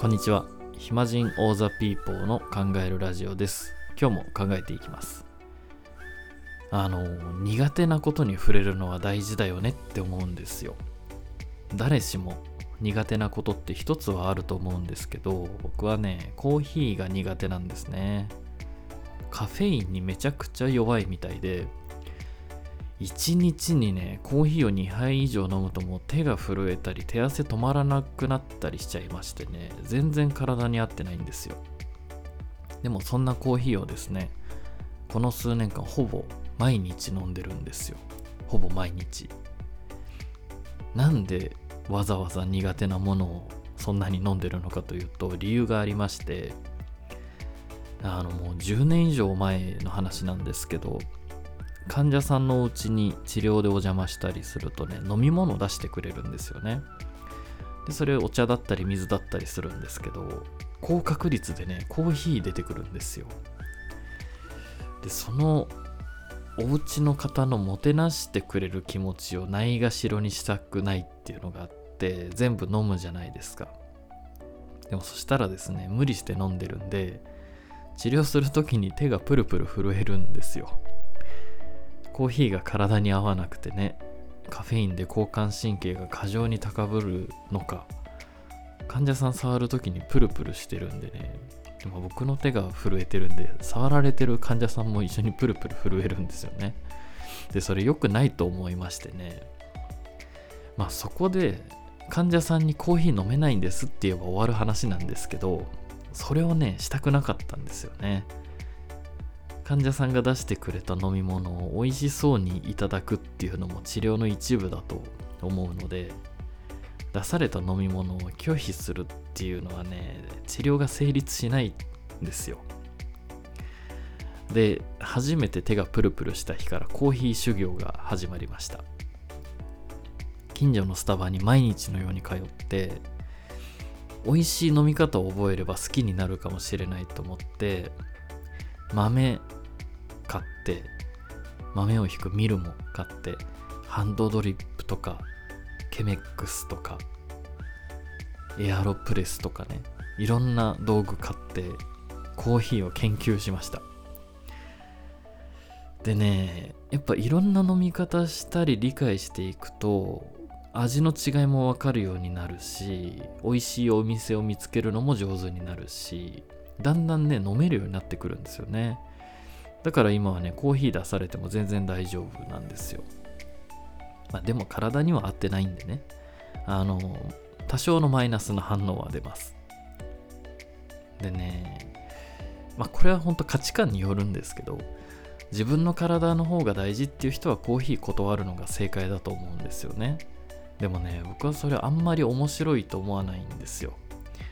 こんにちは。暇人オーザピーポーの考えるラジオです。今日も考えていきます。苦手なことに触れるのは大事だよねって思うんですよ。誰しも苦手なことって一つはあると思うんですけど、僕はね、コーヒーが苦手なんですね。カフェインにめちゃくちゃ弱いみたいで、1日にね、コーヒーを2杯以上飲むともう手が震えたり手汗止まらなくなったりしちゃいましてね、全然体に合ってないんですよ。でもそんなコーヒーをですね、この数年間ほぼ毎日飲んでるんですよ。ほぼ毎日。なんでわざわざ苦手なものをそんなに飲んでるのかというと、理由がありまして、もう10年以上前の話なんですけど、患者さんのお家に治療でお邪魔したりするとね、飲み物を出してくれるんですよね。でそれお茶だったり水だったりするんですけど、高確率でねコーヒー出てくるんですよ。でそのお家の方のもてなしてくれる気持ちをないがしろにしたくないっていうのがあって、全部飲むじゃないですか。でもそしたらですね、無理して飲んでるんで、治療する時に手がプルプル震えるんですよ。コーヒーが体に合わなくてね、カフェインで交感神経が過剰に高ぶるのか、患者さん触るときにプルプルしてるんでね、でも僕の手が震えてるんで、触られてる患者さんも一緒にプルプル震えるんですよね。でそれ良くないと思いましてね、そこで患者さんにコーヒー飲めないんですって言えば終わる話なんですけど、それをねしたくなかったんですよね。患者さんが出してくれた飲み物を美味しそうにいただくっていうのも治療の一部だと思うので、出された飲み物を拒否するっていうのはね、治療が成立しないんですよ。で、初めて手がプルプルした日からコーヒー修行が始まりました。近所のスタバに毎日のように通って、美味しい飲み方を覚えれば好きになるかもしれないと思って、豆買って、豆をひくミルも買って、ハンドドリップとかケメックスとかエアロプレスとかね、いろんな道具買ってコーヒーを研究しました。でね、やっぱいろんな飲み方したり理解していくと味の違いもわかるようになるし、美味しいお店を見つけるのも上手になるし、だんだんね飲めるようになってくるんですよね。だから今はね、コーヒー出されても全然大丈夫なんですよ。でも体には合ってないんでね、多少のマイナスの反応は出ます。でね、これは本当価値観によるんですけど、自分の体の方が大事っていう人はコーヒー断るのが正解だと思うんですよね。でもね、僕はそれあんまり面白いと思わないんですよ。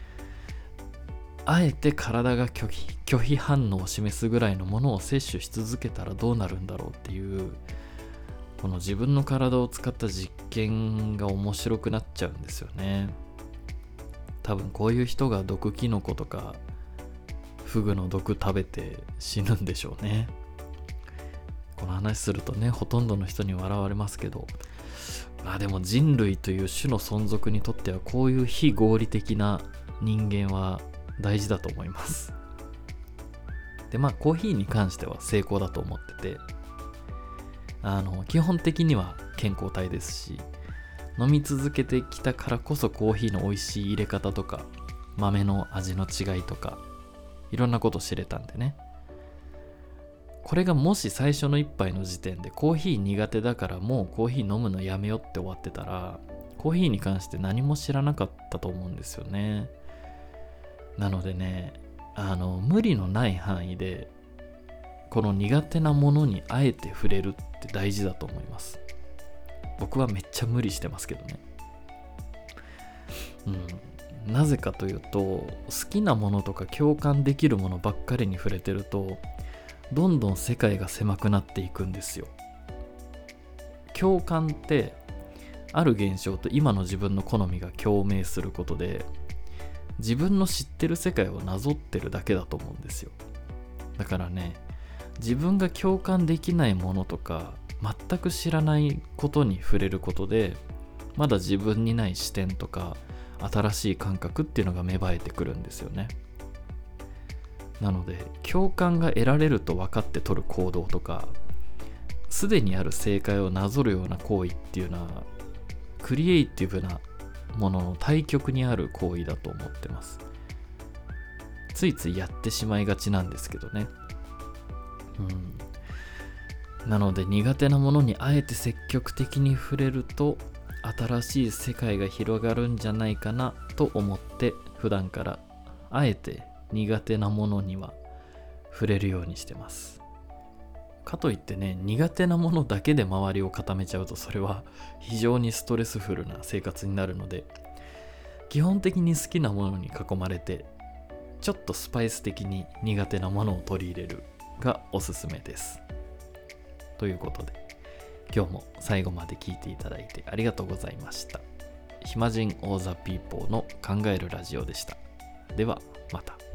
あえて体が拒否反応を示すぐらいのものを摂取し続けたらどうなるんだろうっていう、この自分の体を使った実験が面白くなっちゃうんですよね。多分こういう人が毒キノコとかフグの毒食べて死ぬんでしょうね。この話するとね、ほとんどの人に笑われますけど、でも人類という種の存続にとってはこういう非合理的な人間は大事だと思います。でコーヒーに関しては成功だと思ってて、基本的には健康体ですし、飲み続けてきたからこそコーヒーの美味しい入れ方とか豆の味の違いとかいろんなこと知れたんでね。これがもし最初の一杯の時点でコーヒー苦手だからもうコーヒー飲むのやめよって終わってたら、コーヒーに関して何も知らなかったと思うんですよね。なのでね、無理のない範囲でこの苦手なものにあえて触れるって大事だと思います。僕はめっちゃ無理してますけどね。なぜかというと、好きなものとか共感できるものばっかりに触れてると、どんどん世界が狭くなっていくんですよ。共感ってある現象と今の自分の好みが共鳴することで、自分の知ってる世界をなぞってるだけだと思うんですよ。だからね、自分が共感できないものとか全く知らないことに触れることで、まだ自分にない視点とか新しい感覚っていうのが芽生えてくるんですよね。なので共感が得られると分かって取る行動とか、すでにある正解をなぞるような行為っていうのはクリエイティブなものの対極にある行為だと思ってます。ついついやってしまいがちなんですけどね。なので苦手なものにあえて積極的に触れると新しい世界が広がるんじゃないかなと思って、普段からあえて苦手なものには触れるようにしてます。かといってね、苦手なものだけで周りを固めちゃうと、それは非常にストレスフルな生活になるので、基本的に好きなものに囲まれて、ちょっとスパイス的に苦手なものを取り入れるがおすすめです。ということで、今日も最後まで聞いていただいてありがとうございました。暇人オーザピーポーの考えるラジオでした。ではまた。